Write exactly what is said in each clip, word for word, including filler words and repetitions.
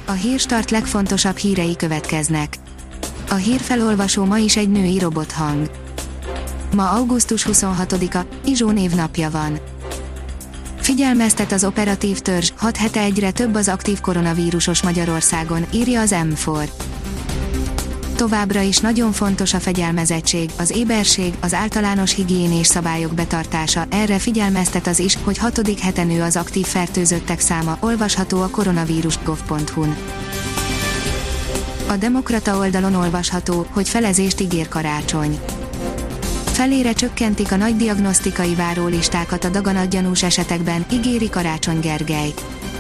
A Hírstart legfontosabb hírei következnek. A hírfelolvasó ma is egy női robothang. Ma augusztus huszonhatodika, Izsó névnapja van. Figyelmeztet az operatív törzs, hat hete egyre több az aktív koronavírusos Magyarországon, írja az M négy. Továbbra is nagyon fontos a fegyelmezettség, az éberség, az általános higiénés szabályok betartása, erre figyelmeztet az is, hogy hatodik hete nő az aktív fertőzöttek száma, olvasható a koronavírus pont gov pont hu-n. A Demokrata oldalon olvasható, hogy felezést ígér Karácsony. Felére csökkentik a nagy diagnosztikai várólistákat a daganatgyanús esetekben, ígéri Karácsony Gergely.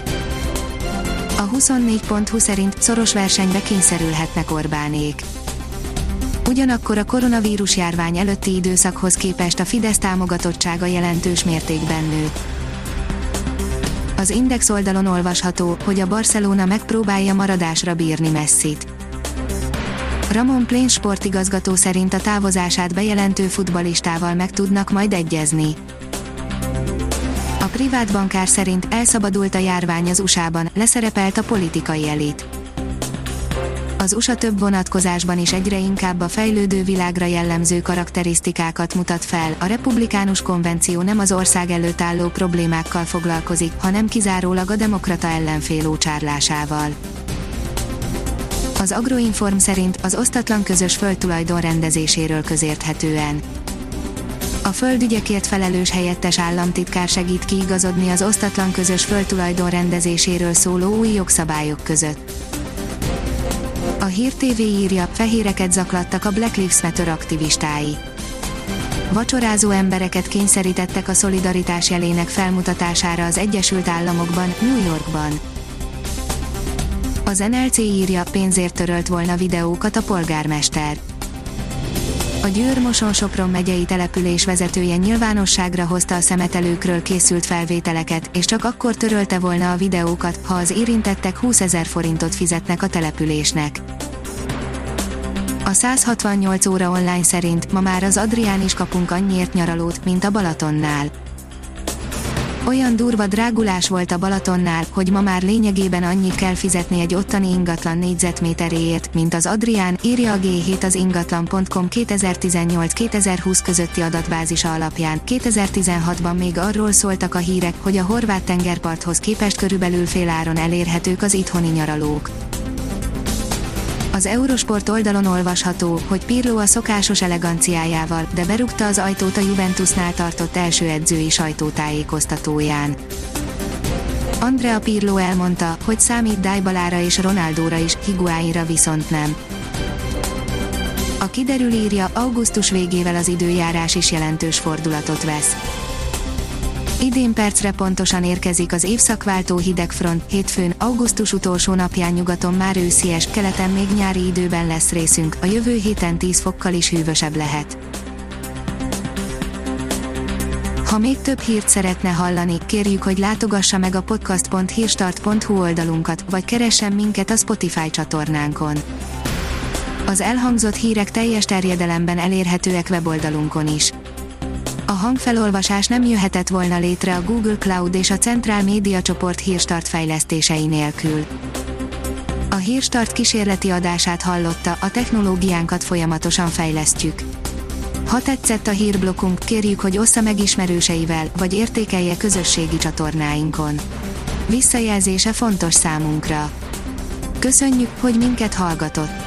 A huszonnégy pont hu szerint szoros versenybe kényszerülhetnek Orbánék. Ugyanakkor a koronavírus járvány előtti időszakhoz képest a Fidesz támogatottsága jelentős mértékben nőtt. Az Index oldalon olvasható, hogy a Barcelona megpróbálja maradásra bírni Messit. Ramon Plains sportigazgató szerint a távozását bejelentő futballistával meg tudnak majd egyezni. A privát bankár szerint elszabadult a járvány az u es á-ban, leszerepelt a politikai elit. Az u es á több vonatkozásban is egyre inkább a fejlődő világra jellemző karakterisztikákat mutat fel, a republikánus konvenció nem az ország előtt álló problémákkal foglalkozik, hanem kizárólag a demokrata ellenfél ócsárlásával. Az Agroinform szerint az osztatlan közös földtulajdon rendezéséről közérthetően. A földügyekért felelős helyettes államtitkár segít kiigazodni az osztatlan közös földtulajdon rendezéséről szóló új jogszabályok között. A Hír té vé írja, fehéreket zaklattak a Black Lives Matter aktivistái. Vacsorázó embereket kényszerítettek a szolidaritás jelének felmutatására az Egyesült Államokban, New Yorkban. Az en el cé írja, pénzért törölt volna videókat a polgármester. A Győr-Moson-Sopron megyei település vezetője nyilvánosságra hozta a szemetelőkről készült felvételeket, és csak akkor törölte volna a videókat, ha az érintettek húszezer forintot fizetnek a településnek. A száz hatvannyolc óra online szerint ma már az Adrián is kapunk annyiért nyaralót, mint a Balatonnál. Olyan durva drágulás volt a Balatonnál, hogy ma már lényegében annyit kell fizetni egy ottani ingatlan négyzetméteréért, mint az Adrián, írja a gé hét az ingatlan pont com kétezer-tizennyolc kétezer-húsz közötti adatbázisa alapján. kétezer-tizenhatban még arról szóltak a hírek, hogy a horvát tengerparthoz képest körülbelül fél áron elérhetők az itthoni nyaralók. Az Eurosport oldalon olvasható, hogy Pirlo a szokásos eleganciájával, de berúgta az ajtót a Juventusnál tartott első edzői sajtótájékoztatóján. Andrea Pirlo elmondta, hogy számít Dybalára és Ronaldóra is, Higuainra viszont nem. A kiderül írja, augusztus végével az időjárás is jelentős fordulatot vesz. Idén percre pontosan érkezik az évszakváltó hidegfront, hétfőn, augusztus utolsó napján nyugaton már őszies, keleten még nyári időben lesz részünk, a jövő héten tíz fokkal is hűvösebb lehet. Ha még több hírt szeretne hallani, kérjük, hogy látogassa meg a podcast pont hírstart pont hu oldalunkat, vagy keressen minket a Spotify csatornánkon. Az elhangzott hírek teljes terjedelemben elérhetőek weboldalunkon is. A hangfelolvasás nem jöhetett volna létre a Google Cloud és a Centrál Média Csoport Hírstart fejlesztései nélkül. A Hírstart kísérleti adását hallotta, a technológiánkat folyamatosan fejlesztjük. Ha tetszett a hírblokkunk, kérjük, hogy ossza meg ismerőseivel, vagy értékelje közösségi csatornáinkon. Visszajelzése fontos számunkra. Köszönjük, hogy minket hallgatott!